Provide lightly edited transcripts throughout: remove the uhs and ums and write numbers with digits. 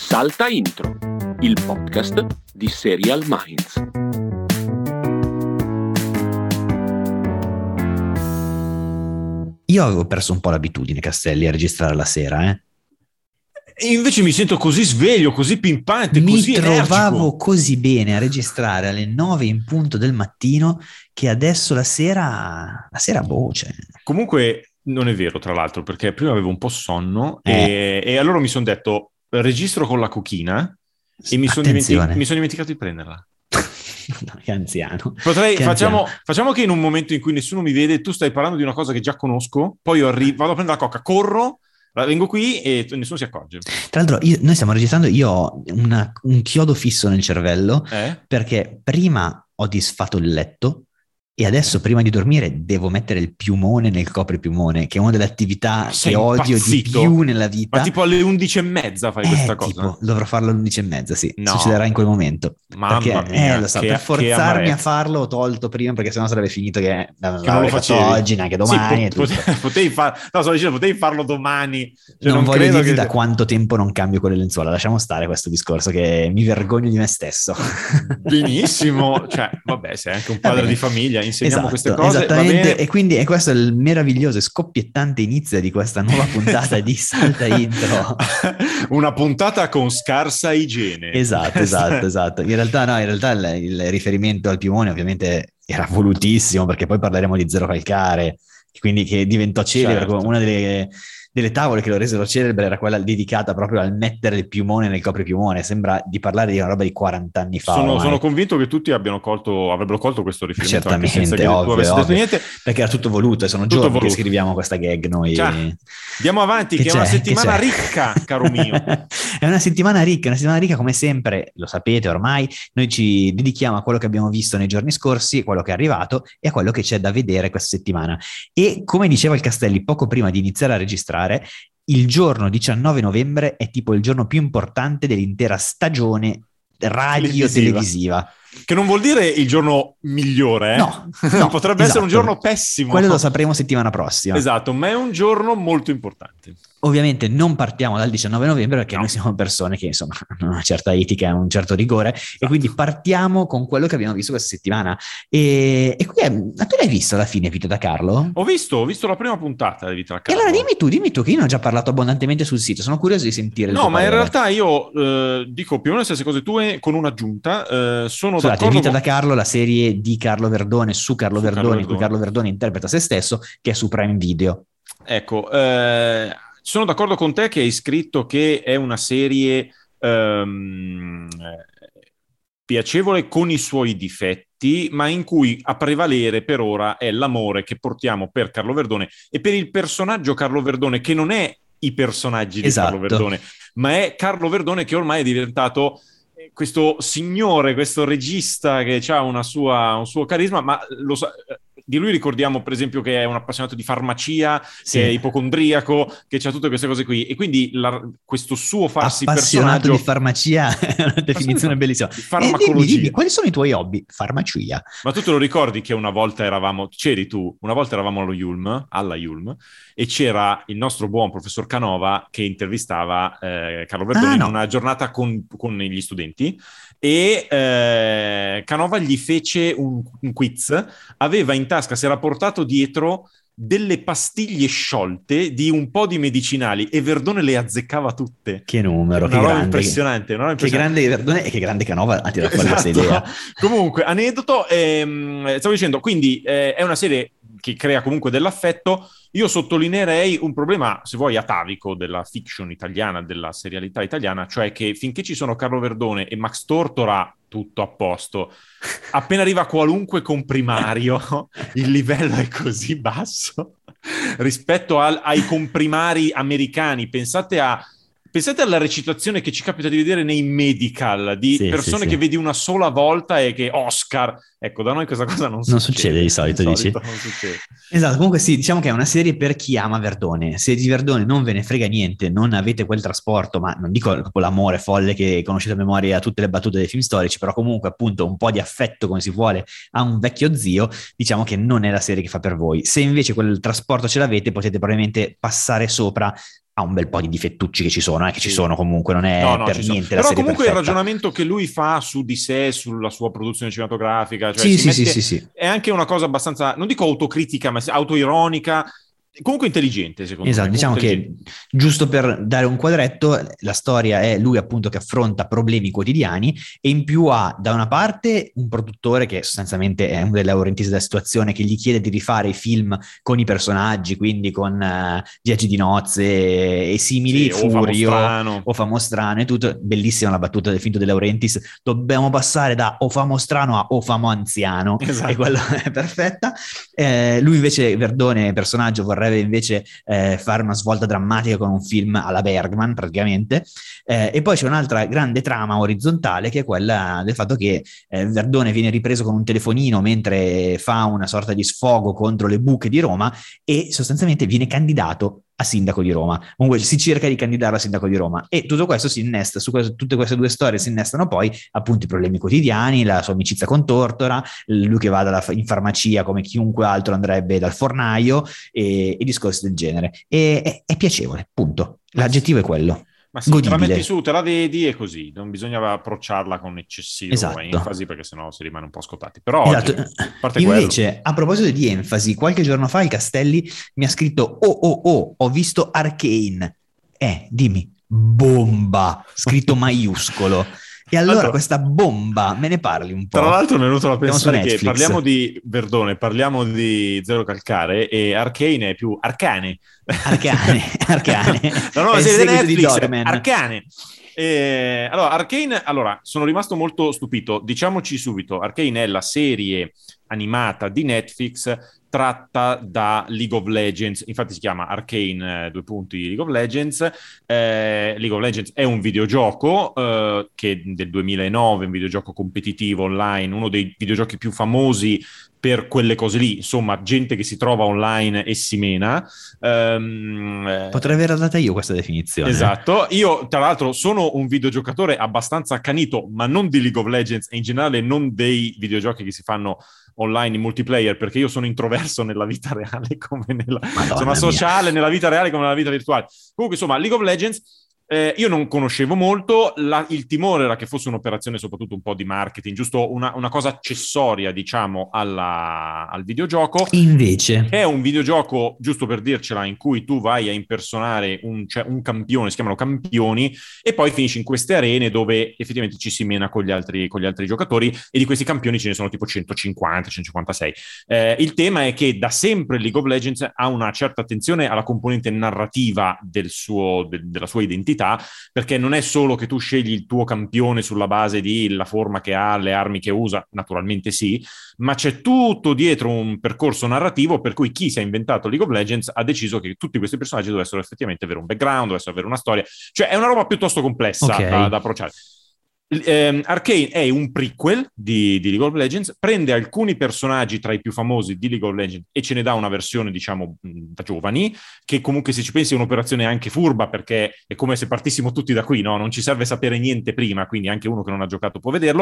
Salta Intro, il podcast di Serial Minds. Io avevo perso un po' l'abitudine, Castelli, a registrare la sera, E invece mi sento così sveglio, così pimpante, così energico. Mi trovavo così bene a registrare alle 9 in punto del mattino che adesso la sera voce. Comunque non è vero, tra l'altro, perché prima avevo un po' sonno e allora mi sono detto registro con la cochina e mi sono dimenticato di prenderla. No, che anziano. Facciamo che in un momento in cui nessuno mi vede, tu stai parlando di una cosa che già conosco, poi io vado a prendere la coca, corro, vengo qui e nessuno si accorge. Tra l'altro noi stiamo registrando, io ho un chiodo fisso nel cervello perché prima ho disfatto il letto e adesso prima di dormire devo mettere il piumone nel copripiumone, che è una delle attività che odio di più nella vita. Ma tipo alle 11:30 fai questa cosa? Tipo, dovrò farlo alle 11:30, sì. No. Succederà in quel momento. Mamma mia, lo so, per forzarmi a farlo ho tolto prima, perché sennò sarebbe finito che non lo facevi oggi, neanche domani. Potevi farlo domani. Cioè, non voglio dirti da quanto tempo non cambio quelle lenzuola. Lasciamo stare questo discorso, che mi vergogno di me stesso. Benissimo, cioè vabbè, sei anche un padre di famiglia, insegniamo queste cose. Esattamente, e quindi questo è il meraviglioso e scoppiettante inizio di questa nuova puntata di Salta Intro. Una puntata con scarsa igiene. Esatto. In realtà il riferimento al piumone ovviamente era volutissimo, perché poi parleremo di Zero Calcare, quindi che diventò celebre, certo. Una delle tavole che lo resero celebre era quella dedicata proprio al mettere il piumone nel copripiumone. Sembra di parlare di una roba di 40 anni fa. Sono convinto che tutti avrebbero colto questo riferimento. Certamente, ovvio, niente, perché era tutto voluto, e sono giorni che scriviamo questa gag noi. Andiamo avanti, che è una settimana ricca, caro mio. È una settimana ricca come sempre, lo sapete ormai. Noi ci dedichiamo a quello che abbiamo visto nei giorni scorsi, quello che è arrivato e a quello che c'è da vedere questa settimana. E come diceva il Castelli poco prima di iniziare a registrare, il giorno 19 novembre è tipo il giorno più importante dell'intera stagione radio-televisiva. Che non vuol dire il giorno migliore, No, potrebbe essere un giorno pessimo. Quello lo sapremo settimana prossima. Esatto, ma è un giorno molto importante. Ovviamente non partiamo dal 19 novembre perché noi siamo persone che insomma hanno una certa etica e un certo rigore, esatto. E quindi partiamo con quello che abbiamo visto questa settimana. E qui tu l'hai visto alla fine Vita da Carlo? Ho visto la prima puntata di Vita da Carlo. E allora dimmi tu che io ne ho già parlato abbondantemente sul sito, sono curioso di sentire il tuo ma parere. In realtà io dico più o meno le stesse cose tue con un'aggiunta. Scusate, Vita da Carlo, la serie di Carlo Verdone su Carlo Verdone, in cui Carlo Verdone interpreta se stesso, che è su Prime Video. Ecco, sono d'accordo con te che hai scritto che è una serie piacevole con i suoi difetti, ma in cui a prevalere per ora è l'amore che portiamo per Carlo Verdone e per il personaggio Carlo Verdone, che non è i personaggi di Carlo Verdone, ma è Carlo Verdone, che ormai è diventato questo signore, questo regista che ha un suo carisma, ma di lui ricordiamo per esempio che è un appassionato di farmacia, che è ipocondriaco, che c'ha tutte queste cose qui, e quindi questo suo farsi appassionato di farmacia è una definizione bellissima. Di farmacologia. Dimmi, quali sono i tuoi hobby? Farmacia. Ma tu te lo ricordi che una volta eravamo alla Yulm, e c'era il nostro buon professor Canova che intervistava Carlo Verdone in una giornata con gli studenti, e Canova gli fece un quiz. Aveva in tasca, si era portato dietro delle pastiglie sciolte di un po' di medicinali e Verdone le azzeccava tutte. Che numero, che grande, impressionante. Che grande Verdone e che grande Canova a tirare fuori questa idea. Comunque, aneddoto, stavo dicendo, quindi è una serie che crea comunque dell'affetto. Io sottolineerei un problema, se vuoi, atavico della fiction italiana, della serialità italiana, cioè che finché ci sono Carlo Verdone e Max Tortora, tutto a posto. Appena arriva qualunque comprimario, il livello è così basso rispetto ai comprimari americani. Pensate alla recitazione che ci capita di vedere nei medical, di persone che vedi una sola volta e che Oscar. Ecco, da noi questa cosa non succede di solito, dici? Non succede. Esatto, comunque sì, diciamo che è una serie per chi ama Verdone. Se di Verdone non ve ne frega niente, non avete quel trasporto, ma non dico proprio l'amore folle che conoscete a memoria a tutte le battute dei film storici, però comunque appunto un po' di affetto, come si vuole, a un vecchio zio, diciamo che non è la serie che fa per voi. Se invece quel trasporto ce l'avete, potete probabilmente passare sopra ha un bel po' di difettucci che ci sono, che ci Sì. sono comunque, non è No, per ci sono. niente la Però serie comunque perfetta. il ragionamento che lui fa su di sé, sulla sua produzione cinematografica, cioè Sì, si sì, mette, sì. è anche una cosa abbastanza, non dico autocritica, ma autoironica, comunque intelligente, secondo Esatto, me. diciamo Comunque che giusto per dare un quadretto, la storia è lui appunto che affronta problemi quotidiani e in più ha da una parte un produttore che sostanzialmente è uno dei Laurentiis della situazione, che gli chiede di rifare i film con i personaggi, quindi con Viaggi di nozze e simili, sì, o Famo Furio strano. o Famo strano e tutto. Bellissima la battuta del finto De Laurentiis, dobbiamo passare da o Famo strano a o Famo anziano, Esatto. e quello è perfetta. Lui invece, Verdone, personaggio, vorrebbe invece fare una svolta drammatica con un film alla Bergman praticamente, e poi c'è un'altra grande trama orizzontale che è quella del fatto che Verdone viene ripreso con un telefonino mentre fa una sorta di sfogo contro le buche di Roma e sostanzialmente viene candidato a sindaco di Roma. Comunque si cerca di candidarlo a sindaco di Roma e tutto questo si innesta, tutte queste due storie si innestano poi appunto i problemi quotidiani, la sua amicizia con Tortora, lui che va in farmacia come chiunque altro andrebbe dal fornaio e discorsi del genere. È piacevole, punto. L'aggettivo è quello. Ma sì, te la metti Godibile. su, te la vedi e così, non bisognava approcciarla con eccessivo Esatto. enfasi perché sennò si rimane un po' scottati. Però Esatto. oggi, a parte Invece, quello, a proposito di enfasi, qualche giorno fa il Castelli mi ha scritto: ho visto Arcane. Dimmi, bomba, scritto maiuscolo. E allora Tanto, questa bomba, me ne parli un tra po'? l'altro mi è venuto da Siamo su pensare che Netflix. parliamo di Verdone, parliamo di Zero Calcare e Arcane è più Arcane. Arcane, Arcane. La È nuova il serie di seguito di Netflix, Dogman. Arcane. Allora, Arcane, sono rimasto molto stupito. Diciamoci subito, Arcane è la serie animata di Netflix tratta da League of Legends, infatti si chiama Arcane, League of Legends. League of Legends è un videogioco che del 2009, un videogioco competitivo online, uno dei videogiochi più famosi per quelle cose lì, insomma, gente che si trova online e si mena. Potrei aver data io questa definizione. Esatto, io tra l'altro sono un videogiocatore abbastanza accanito, ma non di League of Legends e in generale non dei videogiochi che si fanno online in multiplayer, perché io sono introverso nella vita reale come sono asociale nella vita reale come nella vita virtuale. Comunque insomma, League of Legends io non conoscevo molto, il timore era che fosse un'operazione soprattutto un po' di marketing, giusto una cosa accessoria diciamo al videogioco. Invece è un videogioco, giusto per dircela, in cui tu vai a impersonare un campione, si chiamano campioni, e poi finisci in queste arene dove effettivamente ci si mena con gli altri giocatori, e di questi campioni ce ne sono tipo 150, 156. Il tema è che da sempre League of Legends ha una certa attenzione alla componente narrativa della sua identità, perché non è solo che tu scegli il tuo campione sulla base della forma che ha, le armi che usa, naturalmente sì, ma c'è tutto dietro un percorso narrativo per cui chi si è inventato League of Legends ha deciso che tutti questi personaggi dovessero effettivamente avere un background, dovessero avere una storia, cioè è una roba piuttosto complessa da approcciare. Arcane è un prequel di League of Legends, prende alcuni personaggi tra i più famosi di League of Legends e ce ne dà una versione diciamo da giovani, che comunque se ci pensi è un'operazione anche furba, perché è come se partissimo tutti da qui, no? Non ci serve sapere niente prima, quindi anche uno che non ha giocato può vederlo.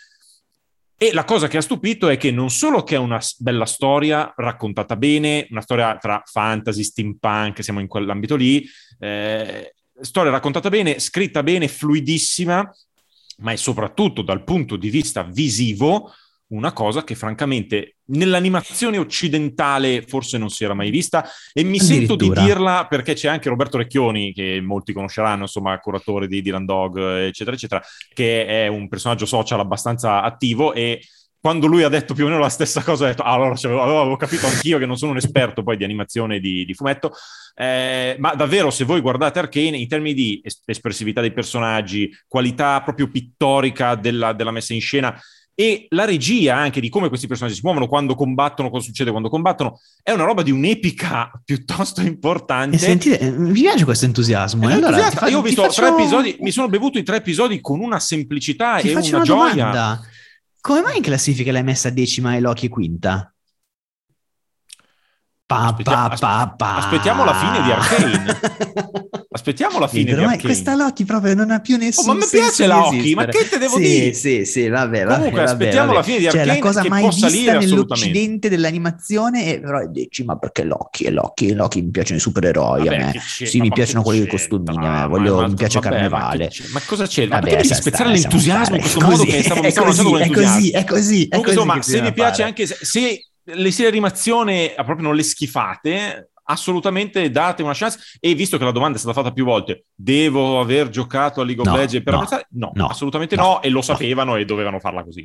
E la cosa che ha stupito è che non solo che è una bella storia raccontata bene, una storia tra fantasy, steampunk, siamo in quell'ambito lì, storia raccontata bene, scritta bene, fluidissima, ma è soprattutto dal punto di vista visivo una cosa che francamente nell'animazione occidentale forse non si era mai vista, e mi sento di dirla perché c'è anche Roberto Recchioni, che molti conosceranno, insomma, curatore di Dylan Dog, eccetera, eccetera, che è un personaggio social abbastanza attivo, e quando lui ha detto più o meno la stessa cosa ho detto, allora avevo capito anch'io che non sono un esperto poi di animazione di fumetto, ma davvero se voi guardate Arcane in termini di espressività dei personaggi, qualità proprio pittorica della messa in scena, e la regia anche di come questi personaggi si muovono quando combattono, cosa succede quando combattono, è una roba di un'epica piuttosto importante. E sentite, mi piace questo entusiasmo. Allora, io ho visto 3 episodi, mi sono bevuto i 3 episodi con una semplicità e una gioia. Domanda. Come mai in classifica l'hai messa decima e Loki quinta? Aspettiamo la fine di Arcane. aspettiamo la fine di Ormai Arcane. questa Loki proprio non ha più nessun ma mi senso piace di la Loki, esistere. ma che te devo dire? Sì, vabbè. Comunque aspettiamo la fine di Cioè, Arcane, la cosa che mai possa vista salire nell'occidente dell'animazione, però dici, ma perché Loki? Mi piacciono i supereroi, Vabbè, a me. che c'è? Sì, Ma mi che piacciono quelli con i c'entra? costumini, a me. Mi piace vabbè, Carnevale. Ma cosa c'è? Ma Vabbè, perché devi lascia spezzare stare, l'entusiasmo in questo lasciamo modo fare. che stavo È lanciando con entusiasmo? è così. Comunque, insomma, che se vi bisogna piace fare. anche se le serie animazione proprio non le schifate, assolutamente date una chance. E visto che la domanda è stata fatta più volte, devo aver giocato a League of Legends per apprezzare? No, assolutamente no, e lo sapevano e dovevano farla così.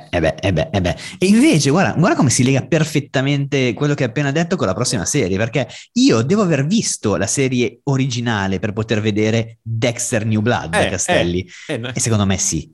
E invece guarda come si lega perfettamente quello che hai appena detto con la prossima serie, perché io devo aver visto la serie originale per poter vedere Dexter New Blood, Castelli, e secondo me sì.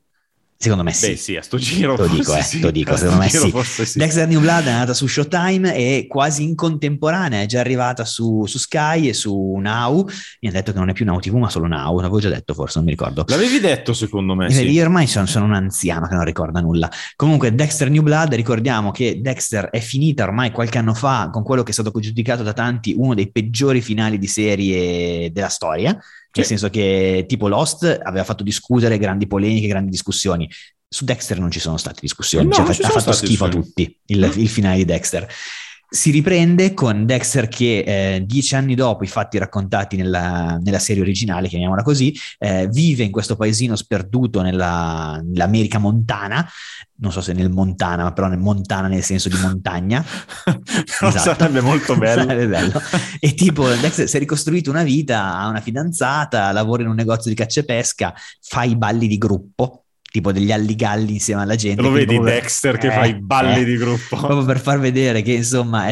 Beh, sì, a sto giro te lo dico, secondo me sì. Sì. Dexter New Blood è nata su Showtime e quasi in contemporanea è già arrivata su Sky e su Now. Mi hanno detto che non è più Now TV ma solo Now, l'avevo già detto forse, non mi ricordo. L'avevi detto secondo me, sì. Io ormai sono un anziano che non ricorda nulla. Comunque Dexter New Blood, ricordiamo che Dexter è finita ormai qualche anno fa con quello che è stato giudicato da tanti uno dei peggiori finali di serie della storia. Nel senso che tipo Lost aveva fatto discutere grandi polemiche, grandi discussioni. Su Dexter non ci sono state discussioni, ha fatto schifo a tutti il finale di Dexter. Si riprende con Dexter che 10 anni dopo i fatti raccontati nella serie originale, chiamiamola così, vive in questo paesino sperduto nell'America montana, non so se nel Montana, ma però nel Montana nel senso di montagna. Esatto. Sarebbe molto bello. Sarebbe bello. E tipo Dexter si è ricostruito una vita, ha una fidanzata, lavora in un negozio di caccia e pesca, fa i balli di gruppo, tipo degli alligalli insieme alla gente. Lo vedi Dexter che fa i balli di gruppo? Proprio per far vedere che insomma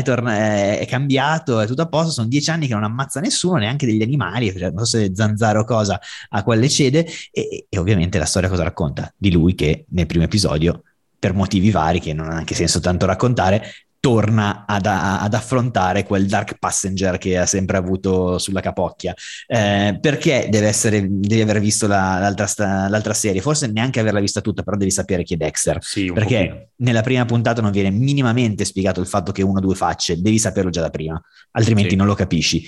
è cambiato, è tutto a posto, sono 10 anni che non ammazza nessuno, neanche degli animali, non so se Zanzaro cosa a quelle cede, e ovviamente la storia cosa racconta? Di lui che nel primo episodio, per motivi vari che non ha anche senso tanto raccontare, torna ad affrontare quel Dark Passenger che ha sempre avuto sulla capocchia. Perché devi aver visto l'altra serie, forse neanche averla vista tutta, però devi sapere chi è Dexter, sì, perché pochino. Nella prima puntata non viene minimamente spiegato il fatto che uno o due facce, devi saperlo già da prima, altrimenti non lo capisci,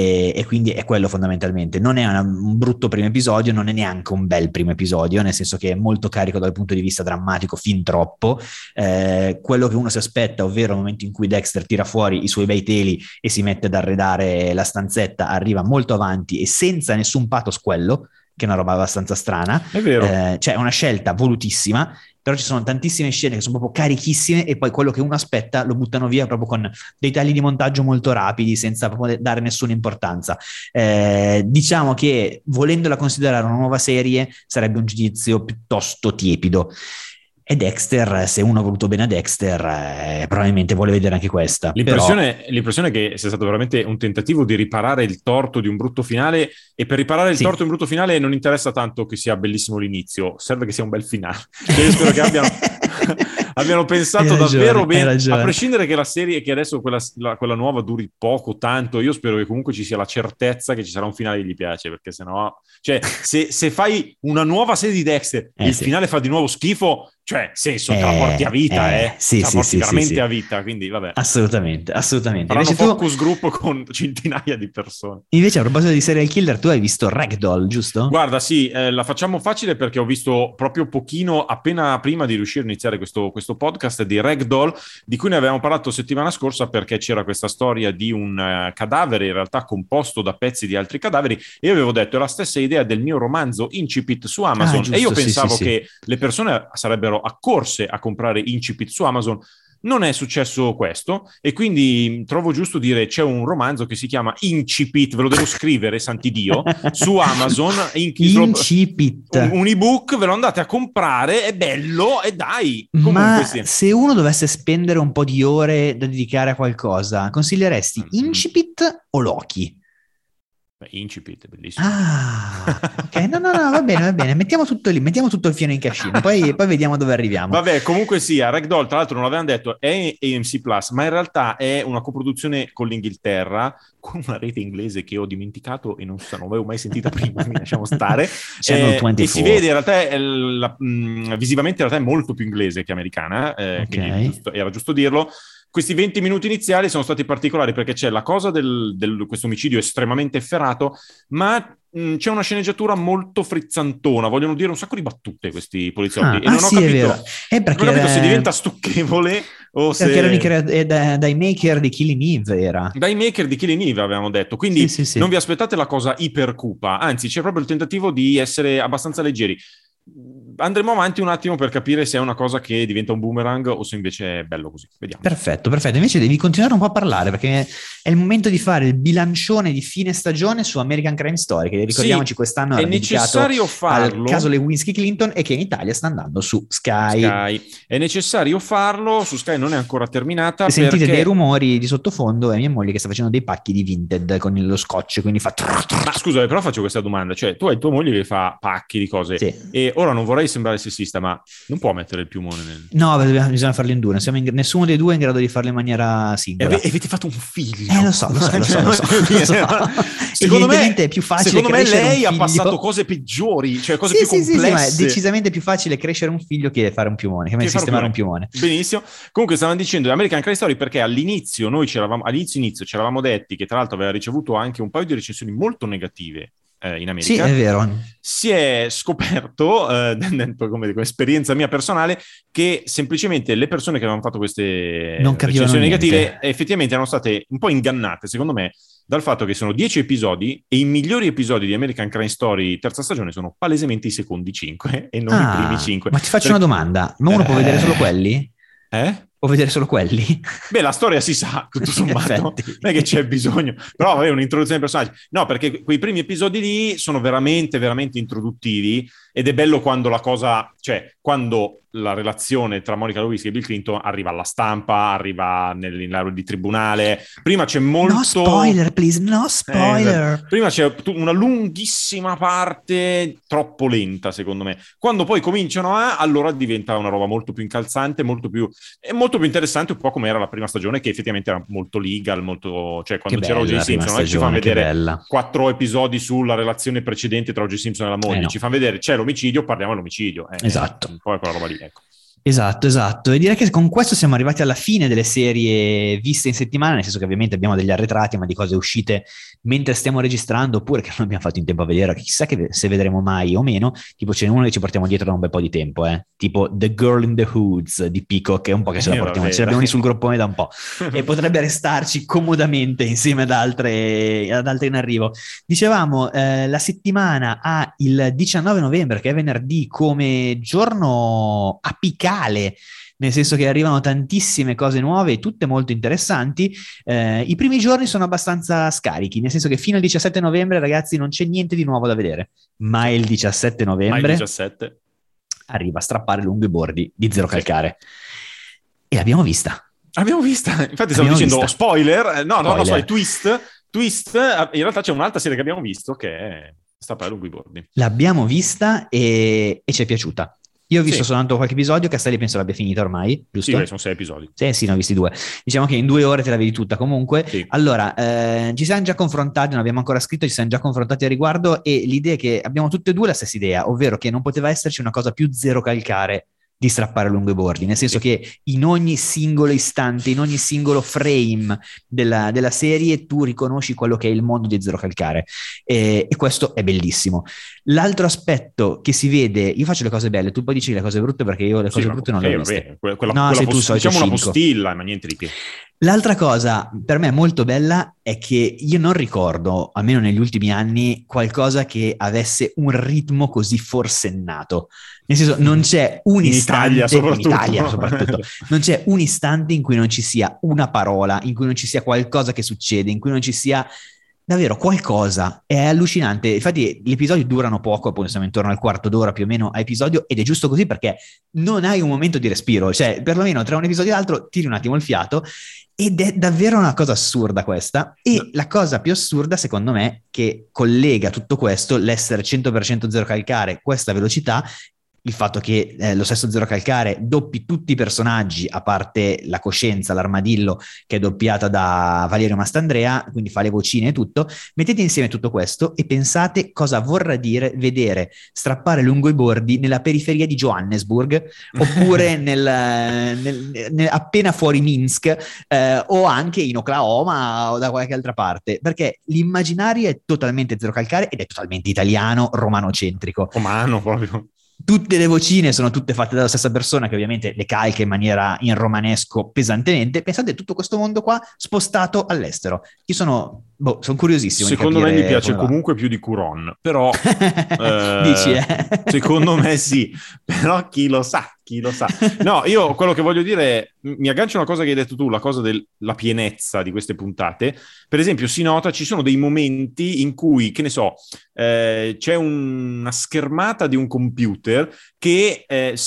e quindi è quello fondamentalmente. Non è un brutto primo episodio, non è neanche un bel primo episodio, nel senso che è molto carico dal punto di vista drammatico, fin troppo. Quello che uno si aspetta, ovvero il momento in cui Dexter tira fuori i suoi bei teli e si mette ad arredare la stanzetta, arriva molto avanti e senza nessun pathos, quello che è una roba abbastanza strana. È vero. Cioè è una scelta volutissima, però ci sono tantissime scene che sono proprio carichissime e poi quello che uno aspetta lo buttano via proprio con dei tagli di montaggio molto rapidi, senza proprio dare nessuna importanza. Diciamo che volendola considerare una nuova serie sarebbe un giudizio piuttosto tiepido. E Dexter, se uno ha voluto bene a Dexter, probabilmente vuole vedere anche questa. L'impressione è che sia stato veramente un tentativo di riparare il torto di un brutto finale, e per riparare il torto di un brutto finale non interessa tanto che sia bellissimo l'inizio, serve che sia un bel finale. Io spero che abbiano pensato davvero bene, a prescindere che la serie, che adesso quella nuova duri poco, tanto, io spero che comunque ci sia la certezza che ci sarà un finale che gli piace, perché sennò, cioè, se fai una nuova serie di Dexter e il finale fa di nuovo schifo, cioè, senso, te la porti a vita, te la porti veramente a vita, quindi vabbè. Assolutamente. Faranno focus group con centinaia di persone. Invece, a proposito di serial killer, tu hai visto Ragdoll, giusto? Guarda, sì, la facciamo facile perché ho visto proprio pochino, appena prima di riuscire a iniziare questo podcast, di Ragdoll, di cui ne avevamo parlato settimana scorsa, perché c'era questa storia di un cadavere, in realtà composto da pezzi di altri cadaveri, e io avevo detto, è la stessa idea del mio romanzo Incipit su Amazon, giusto, e io pensavo sì. che le persone sarebbero accorse a comprare Incipit su Amazon. Non è successo questo, e quindi trovo giusto dire c'è un romanzo che si chiama Incipit, ve lo devo scrivere, santidio, su Amazon. Incipit. Un ebook, ve lo andate a comprare, è bello, e dai. Ma se uno dovesse spendere un po' di ore da dedicare a qualcosa, consiglieresti Incipit o Loki? Incipit, bellissimo. Ok, no, va bene, mettiamo tutto lì, mettiamo tutto il fieno in cascina, poi vediamo dove arriviamo. Vabbè, comunque sia, Ragdoll, tra l'altro non l'avevano detto, è AMC Plus, ma in realtà è una coproduzione con l'Inghilterra, con una rete inglese che ho dimenticato e non avevo mai sentita prima, mi lasciamo stare. E si vede, in realtà, visivamente in realtà è molto più inglese che americana, quindi era giusto dirlo. questi 20 minuti iniziali sono stati particolari perché c'è la cosa questo omicidio estremamente efferato, ma c'è una sceneggiatura molto frizzantona, vogliono dire un sacco di battute questi poliziotti e non ho sì, capito, è vero. non ho capito se diventa stucchevole o se... Perché erano dai maker di Killing Eve, era. Dai maker di Killing Eve avevamo detto, quindi sì. non vi aspettate la cosa ipercupa, anzi c'è proprio il tentativo di essere abbastanza leggeri. Andremo avanti un attimo per capire se è una cosa che diventa un boomerang o se invece è bello così. Vediamo. Perfetto. Invece devi continuare un po' a parlare perché è il momento di fare il bilancione di fine stagione su American Crime Story, che ricordiamoci quest'anno è era dedicato farlo. al caso Lewinsky Clinton e che in Italia sta andando su Sky. È necessario farlo, su Sky non è ancora terminata. Se sentite dei rumori di sottofondo è mia moglie che sta facendo dei pacchi di Vinted con lo scotch, quindi fa... Ma scusa, però faccio questa domanda, cioè tu hai tua moglie che fa pacchi di cose e ora non vorrei sembrare sessista, ma non può mettere il piumone nel... No, bisogna farlo in due, nessuno dei due è in grado di farlo in maniera singola. E avete fatto un figlio. Lo so. Secondo me è più facile. Secondo me lei ha passato cose peggiori, cioè cose più complesse. Sì, ma è decisamente più facile crescere un figlio che fare un piumone, che sistemare un piumone. Benissimo. Comunque stavano dicendo American Crime Story perché all'inizio noi ci eravamo detti che tra l'altro aveva ricevuto anche un paio di recensioni molto negative in America. Sì, è vero. Si è scoperto, come esperienza mia personale, che semplicemente le persone che avevano fatto queste recensioni negative effettivamente erano state un po' ingannate, secondo me, dal fatto che sono 10 episodi e i migliori episodi di American Crime Story terza stagione sono palesemente i secondi 5 e non i primi 5. Ma ti faccio una domanda, ma uno può vedere solo quelli? Può vedere solo quelli? Beh, la storia si sa, tutto sommato, non è che c'è bisogno, però aveva un'introduzione ai personaggi. No, perché quei primi episodi lì sono veramente, veramente introduttivi ed è bello quando la cosa, cioè, quando la relazione tra Monica Lewinsky e Bill Clinton arriva alla stampa, arriva nell'aula di tribunale. Prima c'è molto... No spoiler, please, no spoiler! Prima c'è una lunghissima parte troppo lenta, secondo me. Quando poi cominciano allora diventa una roba molto più incalzante, molto più interessante, un po' come era la prima stagione, che effettivamente era molto legal, molto... Cioè, quando c'era O.J. Simpson, non è che ci fanno vedere 4 episodi sulla relazione precedente tra O.J. Simpson e la moglie, ci fanno vedere c'è l'omicidio, parliamo dell'omicidio. Esatto. Poi quella roba lì, ecco. Esatto, e direi che con questo siamo arrivati alla fine delle serie viste in settimana, nel senso che ovviamente abbiamo degli arretrati, ma di cose uscite mentre stiamo registrando oppure che non abbiamo fatto in tempo a vedere, chissà se vedremo mai o meno. Tipo ce n'è uno che ci portiamo dietro da un bel po' di tempo, tipo The Girl in the Hoods di Peacock, che è un po' che ce la portiamo, ce l'abbiamo lì sul groppone da un po' e potrebbe restarci comodamente insieme ad altre in arrivo. Dicevamo, la settimana ha il 19 novembre, che è venerdì, come giorno apicale, nel senso che arrivano tantissime cose nuove, tutte molto interessanti. I primi giorni sono abbastanza scarichi, nel senso che fino al 17 novembre, ragazzi, non c'è niente di nuovo da vedere. Ma il 17 novembre arriva a strappare lunghi bordi di Zero Calcare. E l'abbiamo vista. Infatti stavo dicendo spoiler. No, sai, twist. In realtà c'è un'altra serie che abbiamo visto che è strappare lunghi bordi. L'abbiamo vista e ci è piaciuta. Io ho visto soltanto qualche episodio, Castelli penso l'abbia finita ormai, giusto? Sì, sono 6 episodi. Sì, ne ho visti 2. Diciamo che in 2 ore te la vedi tutta comunque. Sì. Allora, ci siamo già confrontati, non abbiamo ancora scritto, ci siamo già confrontati a riguardo e l'idea è che abbiamo tutte e due la stessa idea, ovvero che non poteva esserci una cosa più Zero Calcare di strappare lungo i bordi, nel senso che in ogni singolo istante, in ogni singolo frame della serie tu riconosci quello che è il mondo di Zero Calcare e questo è bellissimo. L'altro aspetto che si vede, io faccio le cose belle, tu poi dici le cose brutte perché io le cose brutte non le ho viste. Diciamo una postilla, ma niente di che. L'altra cosa per me molto bella è che io non ricordo, almeno negli ultimi anni, qualcosa che avesse un ritmo così forsennato. Nel senso, non c'è un istante, in Italia soprattutto, non c'è un istante in cui non ci sia una parola, in cui non ci sia qualcosa che succede, in cui non ci sia davvero qualcosa. È allucinante. Infatti gli episodi durano poco, poi siamo intorno al quarto d'ora più o meno a episodio, ed è giusto così perché non hai un momento di respiro, cioè perlomeno tra un episodio e l'altro tiri un attimo il fiato. Ed è davvero una cosa assurda questa. E la cosa più assurda, secondo me, che collega tutto questo, l'essere 100% Zero Calcare, questa velocità, il fatto che lo stesso Zero Calcare doppi tutti i personaggi, a parte la coscienza, l'armadillo, che è doppiata da Valerio Mastandrea, quindi fa le vocine e tutto. Mettete insieme tutto questo e pensate cosa vorrà dire vedere strappare lungo i bordi nella periferia di Johannesburg, oppure appena fuori Minsk, o anche in Oklahoma o da qualche altra parte, perché l'immaginario è totalmente Zero Calcare ed è totalmente italiano, romanocentrico. Romano proprio. Tutte le vocine sono tutte fatte dalla stessa persona, che ovviamente le calca in romanesco pesantemente. Pensate a tutto questo mondo qua spostato all'estero. Io sono curiosissimo. Secondo me mi piace comunque più di Curon, però dici, secondo me sì, però chi lo sa. No, io quello che voglio dire, mi aggancio a una cosa che hai detto tu, la cosa della pienezza di queste puntate. Per esempio, si nota, ci sono dei momenti in cui, che ne so, c'è una schermata di un computer che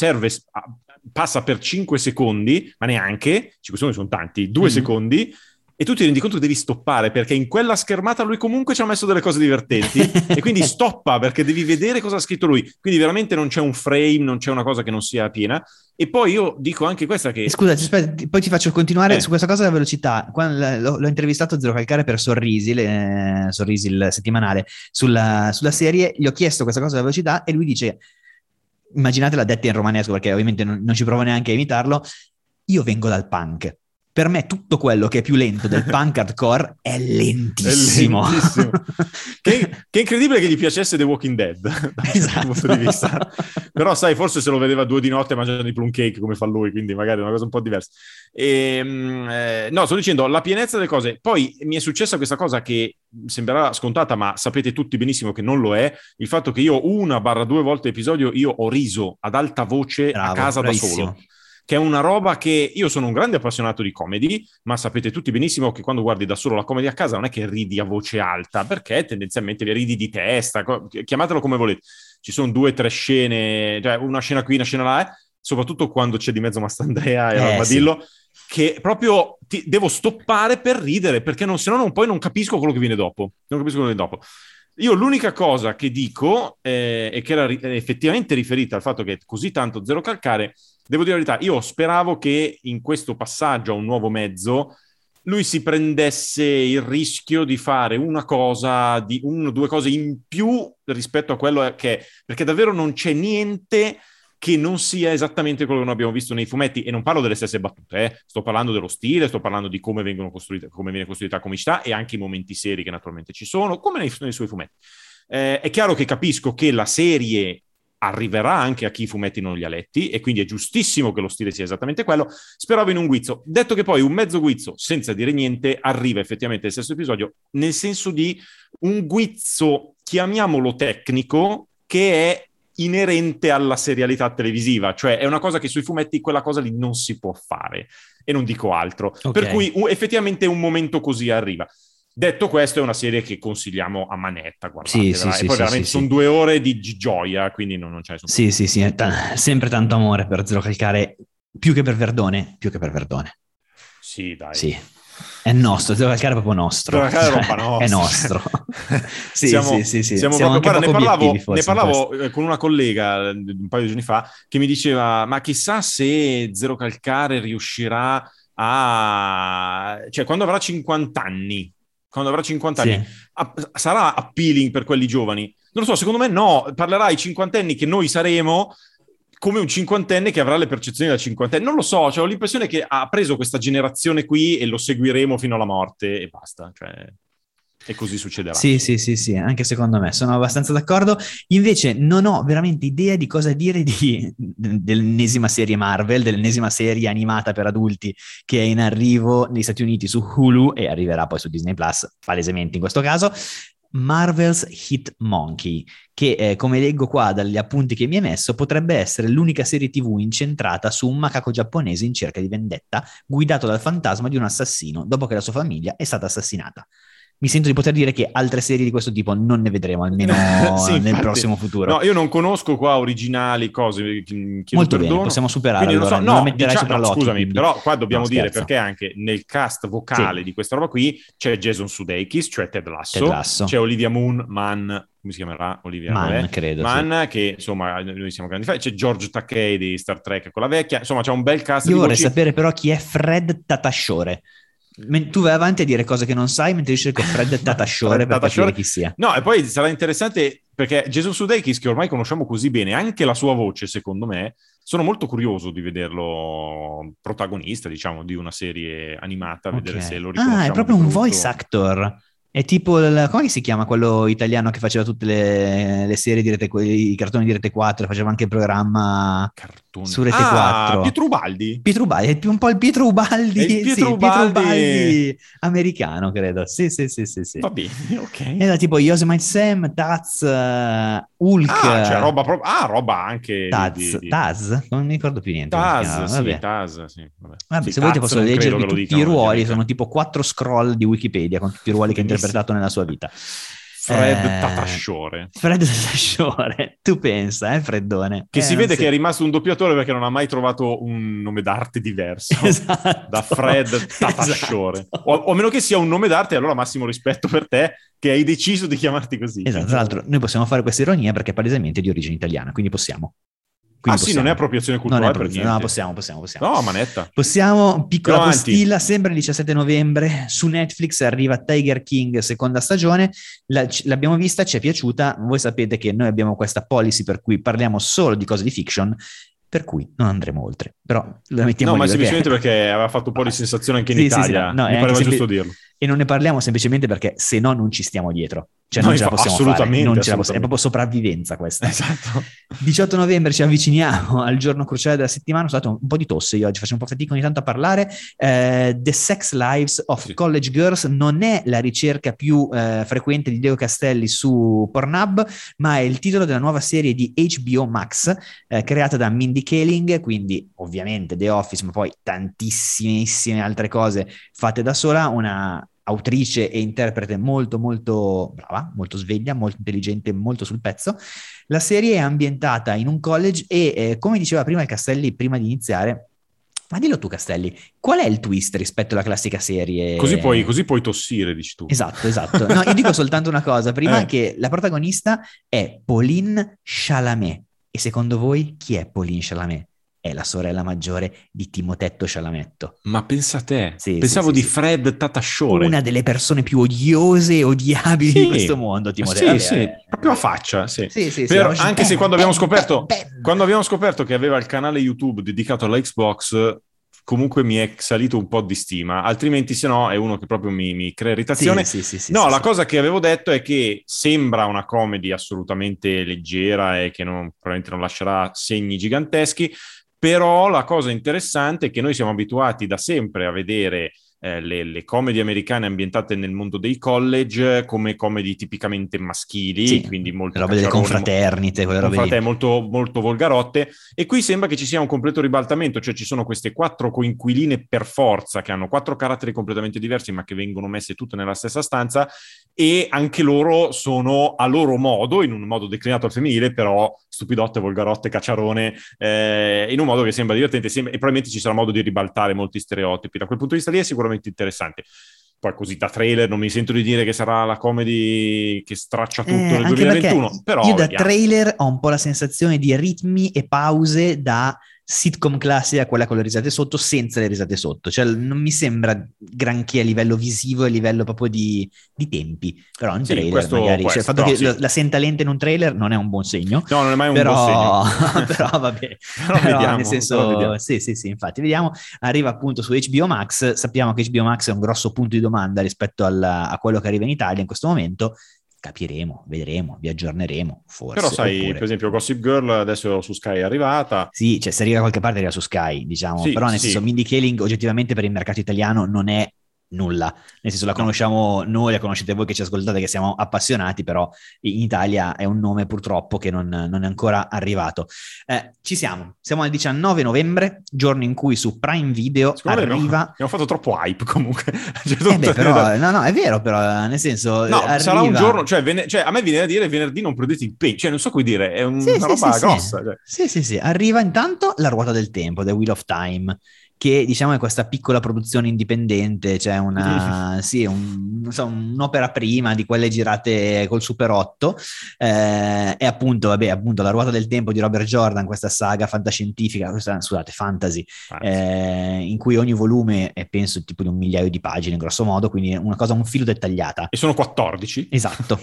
passa per 5 secondi, ma neanche, 5 secondi sono tanti, 2 secondi, e tu ti rendi conto che devi stoppare, perché in quella schermata lui comunque ci ha messo delle cose divertenti e quindi stoppa perché devi vedere cosa ha scritto lui. Quindi veramente non c'è un frame, non c'è una cosa che non sia piena. E poi io dico anche questa che... Scusa, aspetta, poi ti faccio continuare su questa cosa della velocità. Quando l'ho intervistato Zero Calcare per Sorrisi, il settimanale, sulla serie, gli ho chiesto questa cosa della velocità e lui dice, immaginate la detta in romanesco perché ovviamente non ci provo neanche a imitarlo, io vengo dal punk. Per me tutto quello che è più lento del punk hardcore è lentissimo. È lentissimo. che è incredibile che gli piacesse The Walking Dead, da esatto. questo punto di vista. Però sai, forse se lo vedeva 2 di notte mangiando i plum cake come fa lui, quindi magari è una cosa un po' diversa. No, sto dicendo, la pienezza delle cose. Poi mi è successa questa cosa che sembrerà scontata, ma sapete tutti benissimo che non lo è, il fatto che io 1/2 volte episodio io ho riso ad alta voce a casa bravissimo. Da solo. Che è una roba che io sono un grande appassionato di comedy, ma sapete tutti benissimo che quando guardi da solo la comedy a casa non è che ridi a voce alta, perché tendenzialmente ridi di testa, chiamatelo come volete. Ci sono 2 o 3 scene, cioè una scena qui, una scena là, soprattutto quando c'è di mezzo Mastandrea e l'armadillo, sì, che proprio devo stoppare per ridere, perché se no poi non capisco quello che viene dopo. Io l'unica cosa che dico, e che era effettivamente riferita al fatto che è così tanto Zero Calcare, devo dire la verità, io speravo che in questo passaggio a un nuovo mezzo lui si prendesse il rischio di fare una cosa, di 1 o 2 cose in più rispetto a quello che è, perché davvero non c'è niente che non sia esattamente quello che noi abbiamo visto nei fumetti, e non parlo delle stesse battute, sto parlando dello stile, sto parlando di come viene costruita la comicità e anche i momenti seri che naturalmente ci sono, come nei suoi fumetti. È chiaro che capisco che la serie arriverà anche a chi i fumetti non li ha letti, e quindi è giustissimo che lo stile sia esattamente quello. Speravo in un guizzo, detto che poi un mezzo guizzo, senza dire niente, arriva effettivamente nel stesso episodio, nel senso di un guizzo, chiamiamolo tecnico, che è inerente alla serialità televisiva, cioè è una cosa che sui fumetti quella cosa lì non si può fare, e non dico altro, okay. Per cui effettivamente un momento così arriva. Detto questo, è una serie che consigliamo a manetta, guardate, sì, e poi veramente sono 2 ore di gioia, quindi non c'è nessun problema. Sempre tanto amore per Zero Calcare, più che per Verdone. Sì, dai. Sì. È nostro, Zero Calcare è proprio nostro. È nostro. Sì. Siamo proprio, guarda, ne parlavo con una collega un paio di giorni fa che mi diceva, ma chissà se Zero Calcare riuscirà cioè quando avrà 50 anni, sarà appealing per quelli giovani? Non lo so, secondo me no, parlerà ai cinquantenni che noi saremo come un cinquantenne che avrà le percezioni da cinquantenne. Non lo so, cioè, ho l'impressione che ha preso questa generazione qui e lo seguiremo fino alla morte e basta, cioè, e così succederà. Sì, anche secondo me, sono abbastanza d'accordo. Invece non ho veramente idea di cosa dire dell'ennesima serie Marvel, dell'ennesima serie animata per adulti che è in arrivo negli Stati Uniti su Hulu e arriverà poi su Disney Plus, palesemente in questo caso. Marvel's Hit Monkey, che come leggo qua dagli appunti che mi hai messo, potrebbe essere l'unica serie TV incentrata su un macaco giapponese in cerca di vendetta, guidato dal fantasma di un assassino dopo che la sua famiglia è stata assassinata. mi sento di poter dire che altre serie di questo tipo non ne vedremo, almeno sì, nel infatti, prossimo futuro. No, io non conosco qua originali, cose, chiedo Molto perdono. bene, possiamo superare, Quindi allora, non non la so, metterai sopra Loki, scusami, quindi. però qua dobbiamo No, dire, scherzo. perché anche nel cast vocale Sì. di questa roba qui c'è Jason Sudeikis, cioè Ted Lasso, Ted Lasso. c'è Olivia Mann, come si chiamerà? Olivia Mann, credo, Mann, sì. che insomma noi siamo grandi fan, c'è George Takei di Star Trek con la vecchia, insomma c'è un bel cast Io di vorrei voci. sapere però chi è Fred Tatashore. Tu vai avanti a dire cose che non sai mentre dici che è Fred Tatashore per capire chi sia. No, e poi sarà interessante perché Jason Sudeikis, che ormai conosciamo così bene, anche la sua voce, secondo me, sono molto curioso di vederlo protagonista, diciamo, di una serie animata, vedere se lo riconosciamo. Ah, è proprio di un brutto. voice actor. È tipo, come si chiama quello italiano che faceva tutte le serie di i cartoni di Rete 4, faceva anche il programma Cartoni. su Rete 4. Pietro Ubaldi. Pietro Ubaldi, è un po' il Pietro Ubaldi, È il Pietro sì, Ubaldi. Pietro Ubaldi americano, credo. Sì. Va bene, ok. Era tipo Yosemite Sam, Taz, Hulk. Cioè roba anche Taz? Non mi ricordo più niente. Taz, Vabbè. sì, Taz, sì. Vabbè, Sì, se volete Taz posso non credo leggervi che lo tutti i dicano negli ruoli, americani. sono tipo 4 scroll di Wikipedia con tutti i ruoli che ha Benissimo. interpretato nella sua vita. Fred Tatashore. Fred Tatashore, tu pensa, Freddone. Che si vede sì. che è rimasto un doppiatore perché non ha mai trovato un nome d'arte diverso. Esatto. Da Fred Tatashore. Esatto. O a meno che sia un nome d'arte, allora massimo rispetto per te che hai deciso di chiamarti così. Esatto, tra l'altro noi possiamo fare questa ironia perché è palesemente di origine italiana, quindi possiamo. Sì, non è appropriazione culturale per niente. No, possiamo. No, manetta. Possiamo, piccola Andiamo avanti. postilla, sempre il 17 novembre su Netflix arriva Tiger King seconda stagione, l'abbiamo vista, ci è piaciuta, voi sapete che noi abbiamo questa policy per cui parliamo solo di cose di fiction, per cui non andremo oltre, però la mettiamo No, lì ma semplicemente perché aveva fatto un po' di sensazione anche in Italia, no, mi pareva giusto dirlo. E non ne parliamo semplicemente perché se no non ci stiamo dietro. Cioè No, non ce la possiamo assolutamente, fare, non ce la possiamo, è proprio sopravvivenza questa. Esatto. 18 novembre ci avviciniamo al giorno cruciale della settimana, scusate un po' di tosse io oggi, faccio un po' fatica ogni tanto a parlare. The Sex Lives of College Girls non è la ricerca più frequente di Diego Castelli su Pornhub, ma è il titolo della nuova serie di HBO Max creata da Mindy Kaling, quindi ovviamente The Office, ma poi tantissime altre cose fatte da sola, una autrice e interprete molto brava, molto sveglia, molto intelligente, molto sul pezzo. La serie è ambientata in un college e come diceva prima il Castelli, prima di iniziare, ma dillo tu Castelli, qual è il twist rispetto alla classica serie? Così puoi tossire, dici tu. Esatto. No, io dico soltanto una cosa, prima che la protagonista è Pauline Chalamet. E secondo voi chi è Pauline Chalamet? È la sorella maggiore di Timotetto Chalametto. Ma pensa a te, sì, pensavo sì. Fred Tatashore. Una delle persone più odiose e odiabili di questo mondo, Timotetto. Sì, proprio a faccia, sì. Però, anche se quando abbiamo scoperto che aveva il canale YouTube dedicato alla Xbox, comunque mi è salito un po' di stima, altrimenti se no è uno che proprio mi crea irritazione. La cosa che avevo detto è che sembra una comedy assolutamente leggera e che probabilmente non lascerà segni giganteschi. Però la cosa interessante è che noi siamo abituati da sempre a vedere le comedy americane ambientate nel mondo dei college come comedy tipicamente maschili, quindi molto robe delle confraternite, molto, molto volgarotte, e qui sembra che ci sia un completo ribaltamento, cioè ci sono queste 4 coinquiline per forza che hanno 4 caratteri completamente diversi ma che vengono messe tutte nella stessa stanza, e anche loro sono a loro modo, in un modo declinato al femminile, però stupidotte, volgarotte, cacciarone, in un modo che sembra divertente, e probabilmente ci sarà modo di ribaltare molti stereotipi. Da quel punto di vista lì è sicuramente interessante. Poi così da trailer non mi sento di dire che sarà la comedy che straccia tutto nel 2021, però io da trailer ho un po' la sensazione di ritmi e pause da sitcom classica, quella con le risate sotto, senza le risate sotto, cioè non mi sembra granché a livello visivo e a livello proprio di tempi, però un trailer magari, cioè il fatto che la senta lenta in un trailer non è un buon segno. No, non è mai un buon segno. Però vabbè, vediamo, nel senso, sì, infatti vediamo, arriva appunto su HBO Max, sappiamo che HBO Max è un grosso punto di domanda rispetto a quello che arriva in Italia in questo momento. Capiremo, vedremo, vi aggiorneremo, forse. Però sai, per esempio Gossip Girl adesso su Sky è arrivata. Sì, cioè se arriva da qualche parte arriva su Sky, diciamo. Però nel senso Mindy Kaling oggettivamente per il mercato italiano non è nulla, nel senso la conosciamo noi, la conoscete voi che ci ascoltate, che siamo appassionati, però in Italia è un nome purtroppo che non è ancora arrivato. Ci siamo al 19 novembre, giorno in cui su Prime Video arriva... Abbiamo fatto troppo hype comunque. Però, no, è vero, però nel senso... No, arriva... sarà un giorno, cioè a me viene da dire venerdì non prendete impegni, cioè non so come dire, è una roba grossa. Sì, arriva intanto La ruota del tempo, The Wheel of Time, che diciamo è questa piccola produzione indipendente, cioè un'opera prima di quelle girate col Super 8, e appunto La ruota del tempo di Robert Jordan, questa saga fantascientifica, fantasy, in cui ogni volume è penso tipo di 1 migliaio di pagine grosso modo, quindi un filo dettagliata. E sono 14. Esatto.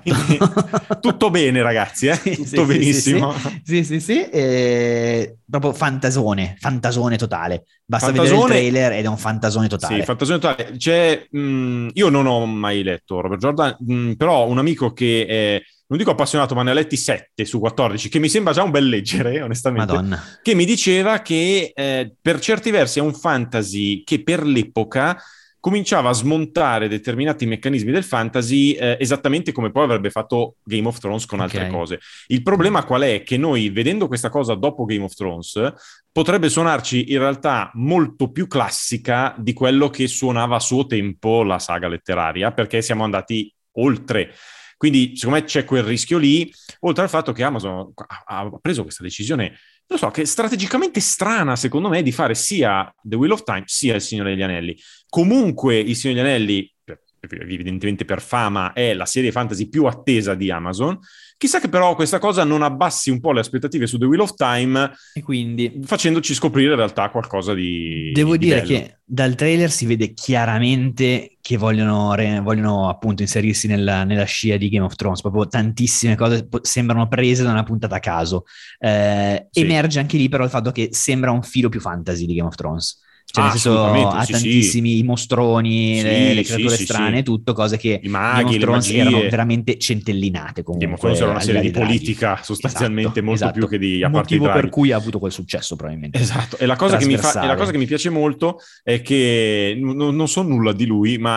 Tutto bene ragazzi, tutto benissimo. Sì. Proprio fantasone totale. Basta vedere il trailer ed è un fantasone totale. Sì, fantasone totale. Io non ho mai letto Robert Jordan, però un amico che è, non dico appassionato, ma ne ha letti 7 su 14, che mi sembra già un bel leggere, onestamente. Madonna. Che mi diceva che per certi versi è un fantasy che per l'epoca cominciava a smontare determinati meccanismi del fantasy esattamente come poi avrebbe fatto Game of Thrones con altre cose. Il problema qual è? Che noi, vedendo questa cosa dopo Game of Thrones, potrebbe suonarci in realtà molto più classica di quello che suonava a suo tempo la saga letteraria, perché siamo andati oltre. Quindi, secondo me, c'è quel rischio lì, oltre al fatto che Amazon ha preso questa decisione, non so, che è strategicamente strana, secondo me, di fare sia The Wheel of Time sia Il Signore degli Anelli. Comunque, Il Signore degli Anelli, evidentemente per fama, è la serie fantasy più attesa di Amazon. Chissà che però questa cosa non abbassi un po' le aspettative su The Wheel of Time, e quindi facendoci scoprire in realtà qualcosa di devo dire bello. che dal trailer si vede chiaramente che vogliono appunto inserirsi nella scia di Game of Thrones, proprio tantissime cose sembrano prese da una puntata a caso. Emerge anche lì però il fatto che sembra un filo più fantasy di Game of Thrones. Cioè, nel senso, ha tantissimi i mostroni, le creature strane, tutto, cose che i maghi, Game of Thrones erano veramente centellinate. Comunque, Game of Thrones era una serie di politica sostanzialmente, molto più che di motivo per cui ha avuto quel successo probabilmente. Esatto, e la cosa che mi piace molto è che non so nulla di lui, ma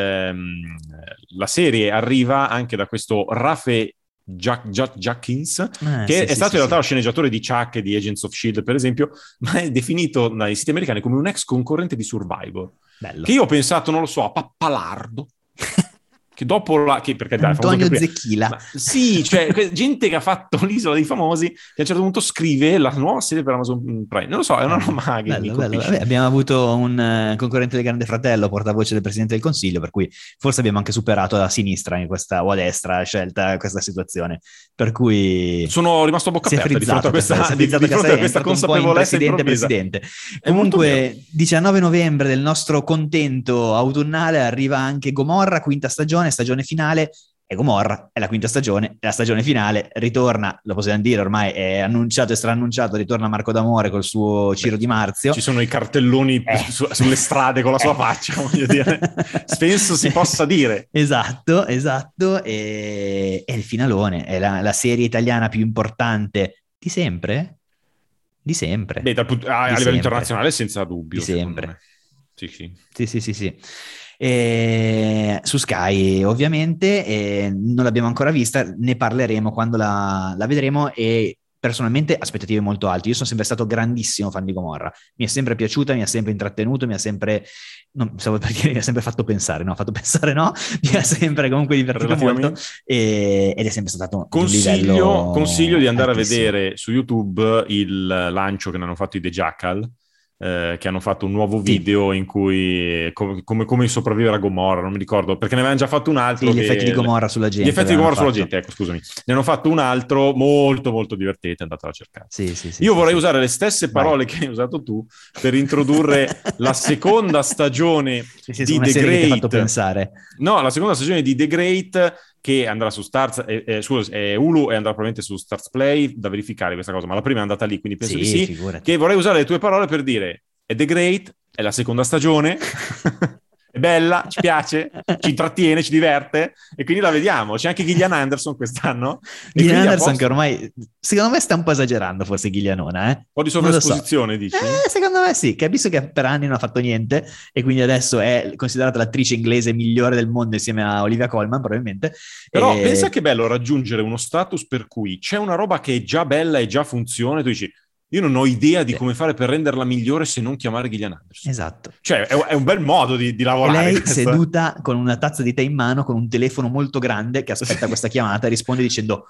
la serie arriva anche da questo Rafe Judkins, che è stato in realtà lo sceneggiatore di Chuck e di Agents of S.H.I.E.L.D. per esempio, ma è definito dai siti americani come un ex concorrente di Survivor. Bello. Che io ho pensato, non lo so, a Pappalardo che dopo perché dai, Antonio Zecchila, sì, cioè gente che ha fatto l'Isola dei Famosi, che a un certo punto scrive la nuova serie per Amazon Prime, non lo so, è una roba che mi colpisce. Abbiamo avuto un concorrente del Grande Fratello, portavoce del Presidente del Consiglio, per cui forse abbiamo anche superato a sinistra in questa, o a destra scelta questa situazione, per cui sono rimasto a bocca aperta di fronte a questa consapevolezza improvvisa. Presidente. Comunque 19 novembre del nostro contento autunnale arriva anche Gomorra, quinta stagione finale, e Gomorra è la quinta stagione, la stagione finale ritorna, lo possiamo dire ormai è annunciato e straannunciato, ritorna Marco D'Amore col suo Ciro Di Marzio. Ci sono i cartelloni sulle strade con la sua faccia, voglio dire, penso si possa dire. Esatto, e il finalone, è la serie italiana più importante di sempre? Di sempre. Beh, a livello internazionale senza dubbio. Di sempre. Sì. Su Sky ovviamente, non l'abbiamo ancora vista, ne parleremo quando la vedremo, e personalmente aspettative molto alte. Io sono sempre stato grandissimo fan di Gomorra, mi è sempre piaciuta, mi ha sempre intrattenuto, mi ha sempre fatto pensare, mi ha sempre comunque divertito molto, ed è sempre stato consiglio di andare altissimo. A vedere su YouTube il lancio che ne hanno fatto i The Jackal, che hanno fatto un nuovo video in cui come sopravvivere a Gomorra, non mi ricordo, perché ne avevano già fatto un altro. Gli effetti di Gomorra sulla gente. Ecco, scusami. Ne hanno fatto un altro molto molto divertente, andatelo a cercare. Io vorrei usare le stesse parole che hai usato tu per introdurre la seconda stagione di The Great. Fatto pensare. No, la seconda stagione di The Great, che andrà su Starz, Hulu, e andrà probabilmente su Starz Play, da verificare questa cosa, ma la prima è andata lì, quindi penso di sì. Figurati. Che vorrei usare le tue parole per dire: è The Great, è la seconda stagione è bella, ci piace, ci intrattiene, ci diverte e quindi la vediamo. C'è anche Gillian Anderson quest'anno. Gillian Anderson che ormai, secondo me sta un po' esagerando forse Gillianona, Un po' di sovraesposizione, dici? Secondo me sì, che visto che per anni non ha fatto niente e quindi adesso è considerata l'attrice inglese migliore del mondo insieme a Olivia Colman probabilmente. Però pensa che bello raggiungere uno status per cui c'è una roba che è già bella e già funziona e tu dici io non ho idea di come fare per renderla migliore se non chiamare Gillian Anderson. Esatto. Cioè, è un bel modo di lavorare. E lei questo. seduta con una tazza di tè in mano, con un telefono molto grande che aspetta questa chiamata e risponde dicendo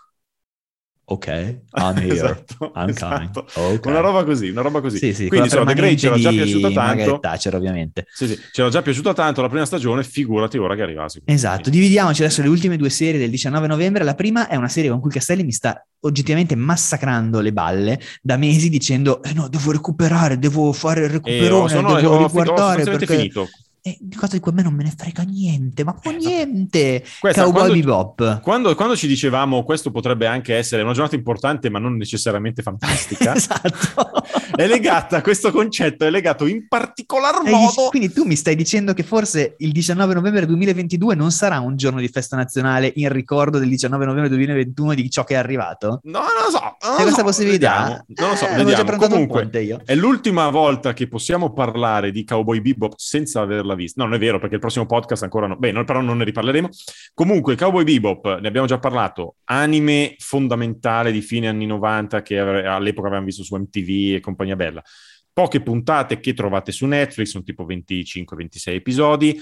ok, I'm here, esatto, I'm esatto. coming. Okay. Una roba così. Sì, quindi The Great c'era già piaciuta tanto. Margaret Thatcher, ovviamente. Sì, c'era già piaciuta tanto la prima stagione, figurati ora che arriva la seconda. Esatto, dividiamoci adesso le ultime due serie del 19 novembre. La prima è una serie con cui Castelli mi sta oggettivamente massacrando le balle da mesi dicendo no, devo recuperare, devo fare il recuperone, devo riguardare perché... finito. Di cosa di cui a me non me ne frega niente, ma niente. Cowboy Bebop. Quando ci dicevamo questo potrebbe anche essere una giornata importante ma non necessariamente fantastica. Esatto. Questo concetto è legato in particolar modo. Quindi tu mi stai dicendo che forse il 19 novembre 2022 non sarà un giorno di festa nazionale in ricordo del 19 novembre 2021 di ciò che è arrivato? No, non lo so. C'è questa possibilità? Non lo so, vediamo. Comunque, è l'ultima volta che possiamo parlare di Cowboy Bebop senza averla vista. No, non è vero, perché il prossimo podcast ancora no. Beh, però non ne riparleremo. Comunque, Cowboy Bebop, ne abbiamo già parlato, anime fondamentale di fine anni 90 che all'epoca avevamo visto su MTV e compagnia bella. Poche puntate che trovate su Netflix, sono tipo 25-26 episodi,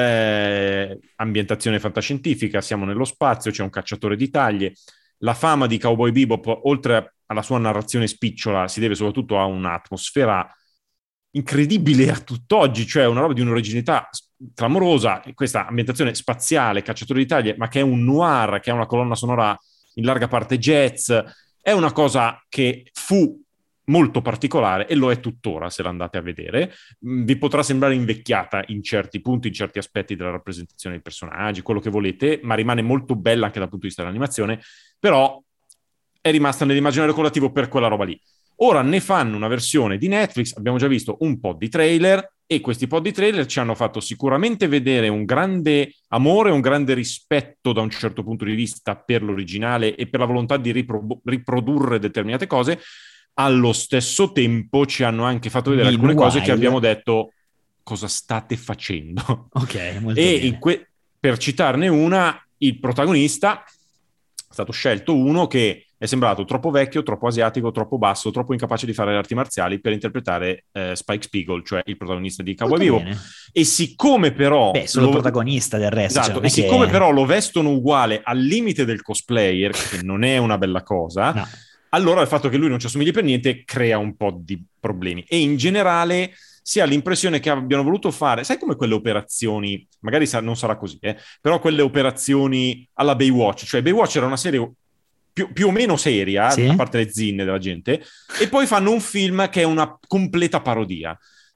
ambientazione fantascientifica, siamo nello spazio, c'è un cacciatore di taglie. La fama di Cowboy Bebop, oltre alla sua narrazione spicciola, si deve soprattutto a un'atmosfera incredibile a tutt'oggi, cioè una roba di un'originalità clamorosa, questa ambientazione spaziale, cacciatore di taglie, ma che è un noir, che ha una colonna sonora in larga parte jazz, è una cosa che fu molto particolare e lo è tuttora se l'andate a vedere. Vi potrà sembrare invecchiata in certi punti, in certi aspetti della rappresentazione dei personaggi, quello che volete, ma rimane molto bella anche dal punto di vista dell'animazione, però è rimasta nell'immaginario collettivo per quella roba lì. Ora ne fanno una versione di Netflix, abbiamo già visto un po' di trailer e questi po' di trailer ci hanno fatto sicuramente vedere un grande amore, un grande rispetto da un certo punto di vista per l'originale e per la volontà di riprodurre determinate cose. Allo stesso tempo ci hanno anche fatto vedere alcune cose che abbiamo detto cosa state facendo. Ok, molto bene. Per citarne una, il protagonista è stato scelto uno che è sembrato troppo vecchio, troppo asiatico, troppo basso, troppo incapace di fare le arti marziali per interpretare Spike Spiegel, cioè il protagonista di Cowboy Bebop. E siccome però... solo il protagonista del resto. Esatto, e siccome però lo vestono uguale al limite del cosplayer, che non è una bella cosa, no. Allora il fatto che lui non ci assomigli per niente crea un po' di problemi. E in generale si ha l'impressione che abbiano voluto fare, sai come quelle operazioni, magari non sarà così, però quelle operazioni alla Baywatch, cioè Baywatch era una serie... Più o meno seria, sì, a parte le zinne della gente, e poi fanno un film che è una completa parodia.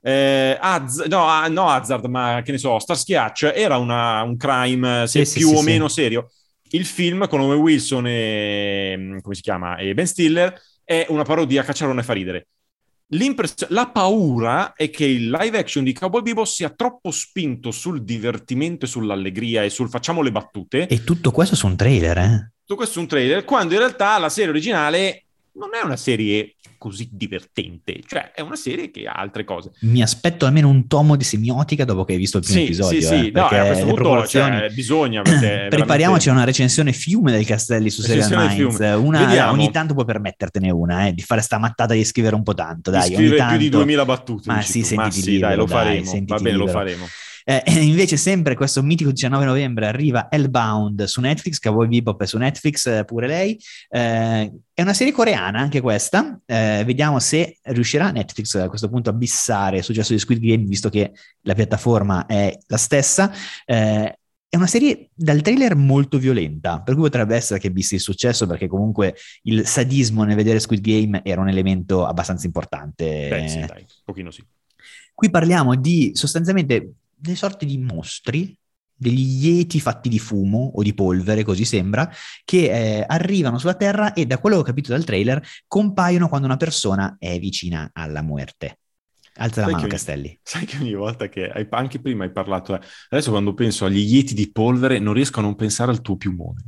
Hazard, ma che ne so, Starsky Hutch era un crime più o meno serio. Il film con Owen Wilson e come si chiama? E Ben Stiller è una parodia cacciarone fa ridere. La paura è che il live action di Cowboy Bebop sia troppo spinto sul divertimento e sull'allegria e sul facciamo le battute. E tutto questo su un trailer, Tutto questo è un trailer, quando in realtà la serie originale non è una serie così divertente, cioè è una serie che ha altre cose. Mi aspetto almeno un tomo di semiotica dopo che hai visto il primo episodio. Sì, no, a questo punto bisogna. Prepariamoci a una recensione fiume del Castelli su Serial Minds. Ogni tanto puoi permettertene una, di fare sta mattata di scrivere un po' tanto. Dai, scrivere ogni tanto... più di 2000 battute. Ma sì, sentiti libero, dai, lo faremo. Va bene, lo faremo. Invece sempre questo mitico 19 novembre arriva Hellbound su Netflix, Cowboy Bebop è su Netflix pure lei, è una serie coreana anche questa, vediamo se riuscirà Netflix a questo punto a bissare il successo di Squid Game visto che la piattaforma è la stessa. È una serie dal trailer molto violenta, per cui potrebbe essere che bissi il successo, perché comunque il sadismo nel vedere Squid Game era un elemento abbastanza importante. Beh, sì, dai, un pochino sì. Qui parliamo di sostanzialmente delle sorti di mostri, degli yeti fatti di fumo o di polvere, così sembra, che arrivano sulla Terra e da quello che ho capito dal trailer compaiono quando una persona è vicina alla muerte. Alza la mano, Castelli. Sai che ogni volta anche prima hai parlato, adesso quando penso agli Yeti di polvere non riesco a non pensare al tuo piumone.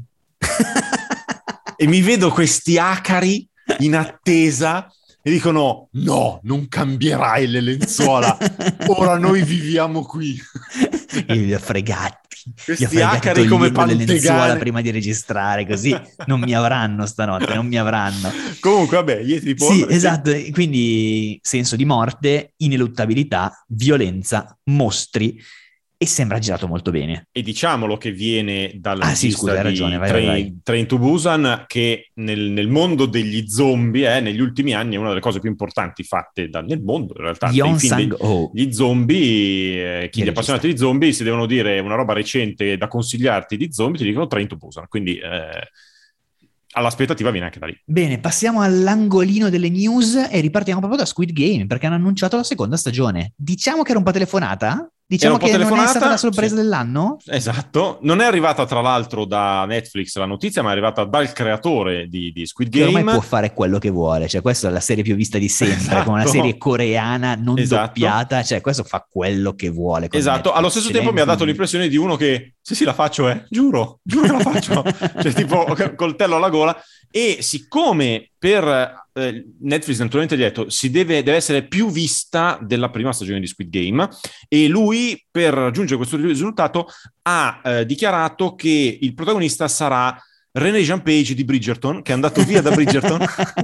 E mi vedo questi acari in attesa e dicono: no, non cambierai le lenzuola, ora noi viviamo qui. Io li ho fregati. Questi acari come le lenzuola pantegane prima di registrare, così non mi avranno stanotte, non mi avranno. Comunque vabbè, Yeti di polvere. Sì, esatto, quindi senso di morte, ineluttabilità, violenza, mostri, e sembra girato molto bene. E diciamolo che viene dalla regista sì, scusa, hai ragione, vai. Train to Busan, che nel mondo degli zombie, negli ultimi anni, è una delle cose più importanti fatte nel mondo, in realtà. Gli zombie, gli appassionati di zombie, se devono dire una roba recente da consigliarti di zombie, ti dicono Train to Busan, quindi all'aspettativa viene anche da lì. Bene, passiamo all'angolino delle news e ripartiamo proprio da Squid Game, perché hanno annunciato la seconda stagione. Diciamo che era un po' telefonata? Diciamo che non è stata la sorpresa dell'anno? Esatto, non è arrivata tra l'altro da Netflix la notizia, ma è arrivata dal creatore di Squid Game. Che ormai può fare quello che vuole, cioè questa è la serie più vista di sempre, come una serie coreana non doppiata, cioè questo fa quello che vuole. Esatto, Netflix. Allo stesso tempo mi ha dato l'impressione di uno che, sì la faccio, giuro che la faccio, cioè tipo coltello alla gola. E siccome per Netflix naturalmente gli ha detto deve essere più vista della prima stagione di Squid Game, e lui per raggiungere questo risultato ha dichiarato che il protagonista sarà René Jean Page di Bridgerton, che è andato via da Bridgerton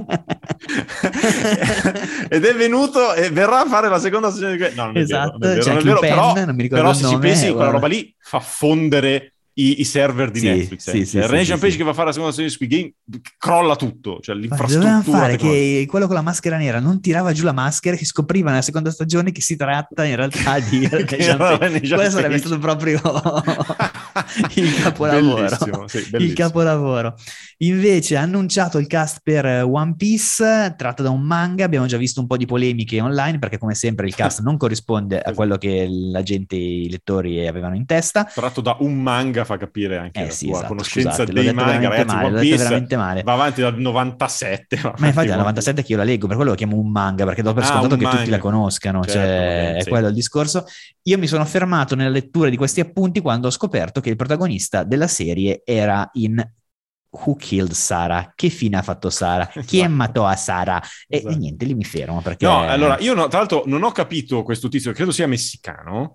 ed è venuto e verrà a fare la seconda stagione di... No, non è vero, non è vero, non mi ricordo però il se nome, ci pensi quella roba lì fa fondere i server di Netflix. Sì, René Jean Page che va a fare la seconda stagione di Squid Game crolla tutto, cioè l'infrastruttura. Dovevano fare che quello con la maschera nera non tirava giù la maschera, che scopriva nella seconda stagione che si tratta in realtà di René Jean Page. Quello sarebbe stato proprio il capolavoro. Bellissimo, bellissimo. Il capolavoro. Invece ha annunciato il cast per One Piece, tratto da un manga. Abbiamo già visto un po' di polemiche online, perché come sempre il cast non corrisponde a quello che la gente, i lettori avevano in testa. Tratto da un manga fa capire anche la tua conoscenza scusate, dei manga, ragazzi. One Piece veramente male. Va avanti dal 97. Ma infatti dal 97 che io la leggo, per quello lo chiamo un manga, perché do per scontato che tutti la conoscano, certo, cioè è quello il discorso. Io mi sono fermato nella lettura di questi appunti quando ho scoperto che il protagonista della serie era in Who Killed Sarah? Che fine ha fatto Sarah? Chi matò a Sarah? E niente, lì mi fermo perché... No, allora, io tra l'altro non ho capito questo tizio, credo sia messicano,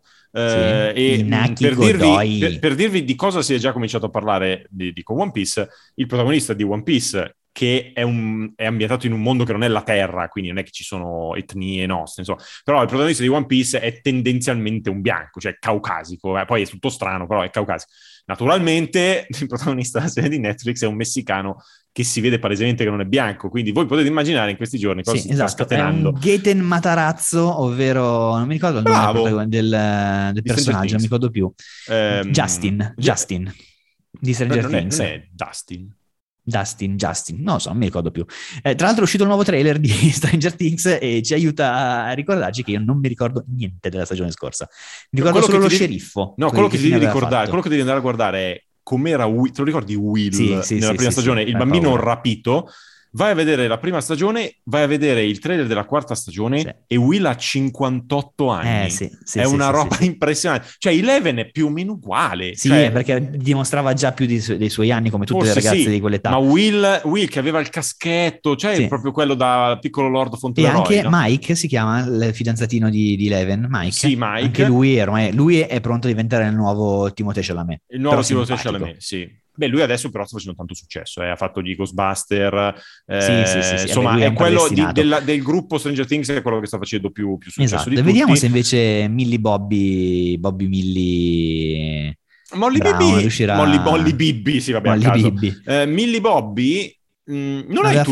e per dirvi di cosa si è già cominciato a parlare con One Piece, il protagonista di One Piece, che è ambientato in un mondo che non è la Terra, quindi non è che ci sono etnie nostre, insomma. Però il protagonista di One Piece è tendenzialmente un bianco, cioè caucasico, poi è tutto strano, però è caucasico. Naturalmente il protagonista della serie di Netflix è un messicano che si vede palesemente che non è bianco, quindi voi potete immaginare in questi giorni cosa si sta scatenando. È un Gaten Matarazzo, ovvero non mi ricordo il nome del personaggio, non mi ricordo più. Justin di Stranger Things. Non è Justin, non so, non mi ricordo più. Tra l'altro è uscito un nuovo trailer di Stranger Things e ci aiuta a ricordarci che io non mi ricordo niente della stagione scorsa. Mi ricordo solo lo sceriffo. No, quello che ti devi ricordare, quello che devi andare a guardare è com'era Will, te lo ricordi Will nella prima stagione? Il bambino rapito. Vai a vedere la prima stagione, vai a vedere il trailer della quarta stagione e Will ha 58 anni. È una roba impressionante. Cioè Eleven è più o meno uguale. Sì, perché dimostrava già più dei suoi anni, come tutte le ragazze di quell'età. Ma Will che aveva il caschetto, cioè proprio quello da piccolo Lord Fauntleroy. E anche Mike si chiama, il fidanzatino di Eleven, Mike. Sì, Mike. Anche lui è pronto a diventare il nuovo Timothée Chalamet. Il nuovo Timothée Chalamet, sì. Beh, lui adesso però sta facendo tanto successo, ha fatto gli Ghostbuster, insomma è quello del gruppo Stranger Things, è quello che sta facendo più successo di tutti. Vediamo se invece Millie Bobby Millie Bibby, sì vabbè, Molly a caso. Bibby. Millie Bobby, non hai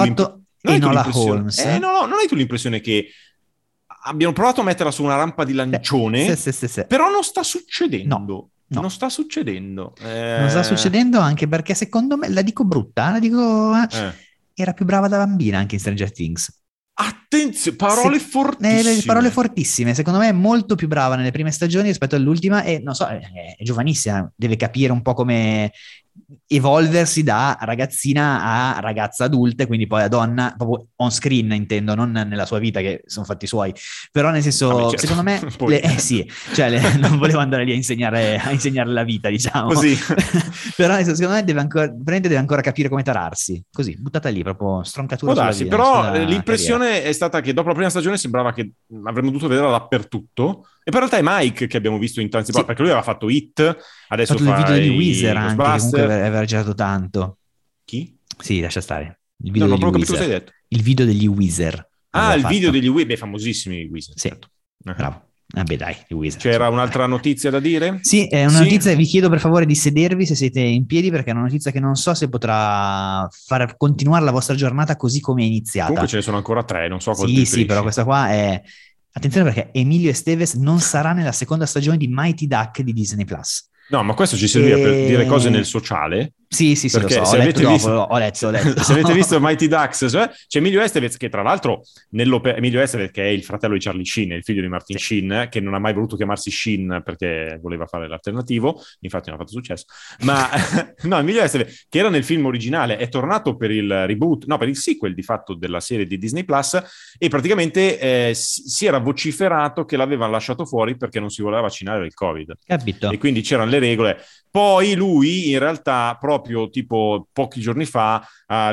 tu l'impressione che abbiano provato a metterla su una rampa di lancione, però non sta succedendo. No. Non sta succedendo. Non sta succedendo anche perché secondo me, la dico brutta, era più brava da bambina anche in Stranger Things. Attenzione, parole fortissime. Secondo me è molto più brava nelle prime stagioni rispetto all'ultima e non so, è giovanissima, deve capire un po' come evolversi da ragazzina a ragazza adulta, quindi poi a donna, proprio on screen intendo, non nella sua vita che sono fatti suoi, però nel senso, certo. secondo me, sì, cioè non volevo andare lì a insegnare la vita, diciamo. Così. Però nel senso, secondo me deve ancora capire come tararsi, così, buttata lì, proprio stroncatura sulla vita. Però l'impressione è stata che dopo la prima stagione sembrava che avremmo dovuto vederla dappertutto, e poi in realtà è Mike che abbiamo visto in tanti spot, perché lui aveva fatto Hit, adesso fa il video di Weezer anche, che comunque Ghostbuster. aveva girato tanto. Chi? Sì, lascia stare. Il No, video non degli ho capito cosa Weezer. hai detto. Il video degli Weezer. Ah, il video degli Weezer, famosissimi Weezer. Sì, certo. bravo. Vabbè dai, i Weezer. C'era un'altra notizia da dire? Sì, è una notizia, vi chiedo per favore di sedervi se siete in piedi, perché è una notizia che non so se potrà far continuare la vostra giornata così come è iniziata. Comunque ce ne sono ancora 3, non so quanto. Sì, però questa qua è... Attenzione, perché Emilio Estevez non sarà nella seconda stagione di Mighty Duck di Disney+. No, ma questo ci serviva per dire cose nel sociale. Sì, lo so, ho letto. Se avete visto Mighty Ducks, c'è Emilio Estevez, che tra l'altro Emilio Estevez, che è il fratello di Charlie Sheen, il figlio di Martin Sheen, che non ha mai voluto chiamarsi Sheen perché voleva fare l'alternativo, infatti non ha fatto successo. Ma no, Emilio Estevez, che era nel film originale, è tornato per il reboot, no, per il sequel di fatto della serie di Disney Plus, e praticamente si era vociferato che l'avevano lasciato fuori perché non si voleva vaccinare del Covid. Capito. E quindi c'erano le regole. Poi lui in realtà proprio tipo pochi giorni fa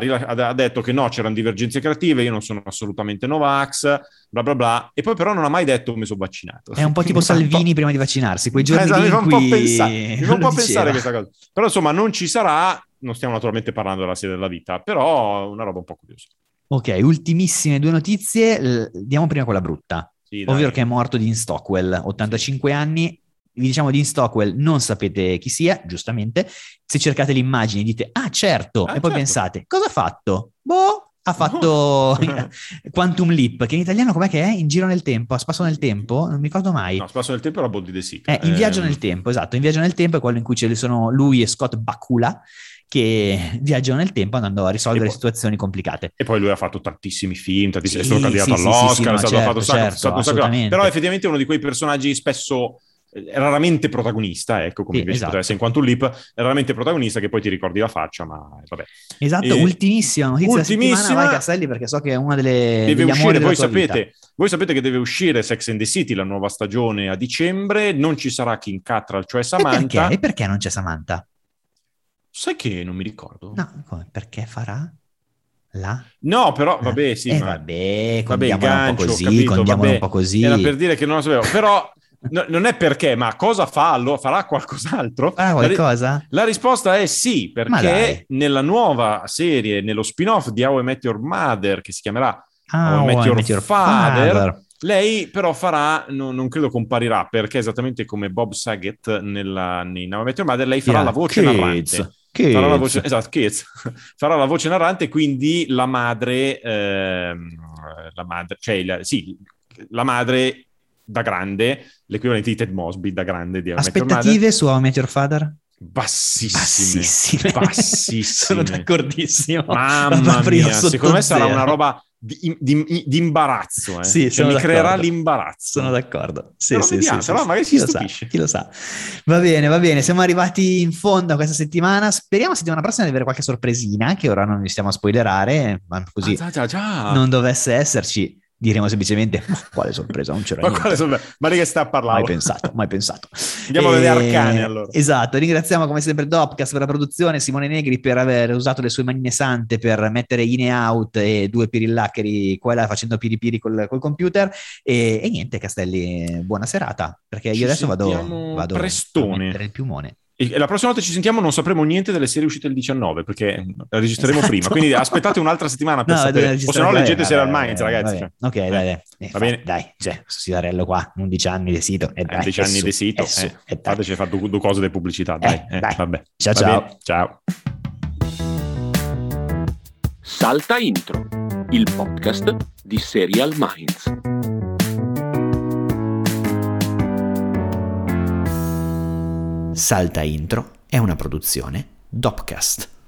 ha detto che no, c'erano divergenze creative, io non sono assolutamente Novax, bla bla bla, e poi però non ha mai detto mi sono vaccinato. È un po' tipo Salvini prima di vaccinarsi, quei giorni lì in cui mi fa un po' pensare questa cosa. Però insomma non ci sarà, non stiamo naturalmente parlando della serie della vita, però una roba un po' curiosa. Ok, ultimissime 2 notizie, diamo prima quella brutta, sì, ovvero che è morto Dean Stockwell, 85 anni. Vi diciamo Dean Stockwell, non sapete chi sia, giustamente. Se cercate le immagini dite, certo, e poi pensate, cosa ha fatto? Ha fatto Quantum Leap, che in italiano com'è che è? In giro nel tempo, a spasso nel tempo? Non mi ricordo mai. No, spasso nel tempo era Body the Sick. In viaggio nel tempo, esatto, in viaggio nel tempo è quello in cui ci sono lui e Scott Bakula, che viaggiano nel tempo andando a risolvere situazioni complicate. E poi lui ha fatto tantissimi film, è stato candidato all'Oscar, ha fatto un sacco, però effettivamente è uno di quei personaggi spesso raramente protagonista, ecco, come invece poteva essere in Quantum Leap, raramente protagonista, che poi ti ricordi la faccia, ma vabbè. Esatto, ultimissima notizia della settimana, vai Castelli, perché so che è una delle deve uscire, voi sapete che deve uscire Sex and the City, la nuova stagione a dicembre, non ci sarà Kim Cattrall, cioè Samantha. E perché non c'è Samantha? Sai che non mi ricordo. No, come? Perché farà? No, però vabbè, sì, condiamola un po' così. Era per dire che non lo sapevo, però no, non è perché, ma cosa fa? Farà qualcos'altro? Farà qualcosa? La risposta è sì, perché nella nuova serie, nello spin-off di How I Met Your Mother, che si chiamerà How I Met Your Father, lei però farà, non credo comparirà, perché esattamente come Bob Saget in How I Met Your Mother, lei farà la voce narrante. Farà la voce, esatto, Kids. Farà la voce narrante, quindi la madre da grande, l'equivalente di Ted Mosby da grande di Aspettative su How I Met Your Father? Bassissime. Sono d'accordissimo. Mamma mia, secondo me sarà una roba di imbarazzo, Sì, mi creerà l'imbarazzo. Sono d'accordo. Però magari si stupisce. Chi lo sa. Va bene, siamo arrivati in fondo a questa settimana. Speriamo settimana prossima di avere qualche sorpresina, che ora non vi stiamo a spoilerare, ma così non dovesse esserci. Diremo semplicemente, quale sorpresa, non c'era niente. Ma di che sta parlando? Mai pensato. Andiamo a vedere Arcane, allora. Esatto, ringraziamo come sempre Dopcast per la produzione, Simone Negri per aver usato le sue manine sante per mettere in e out e 2 pirillaccheri qua e là facendo piripiri col computer e niente, Castelli, buona serata, perché io adesso vado prestone. a mettere il piumone. E la prossima volta ci sentiamo non sapremo niente delle serie uscite il 19 perché la registreremo prima, quindi aspettate un'altra settimana per sapere, o se no leggete Serial Minds, ragazzi. Ok, dai. Va bene. Dai, cioè, questo sitarello qua, 11 anni di sito. 11 anni di sito, fateci fare due cose di pubblicità, dai. Vabbè. Ciao. Salta Intro, il podcast di Serial Minds. Salta Intro è una produzione Dopcast.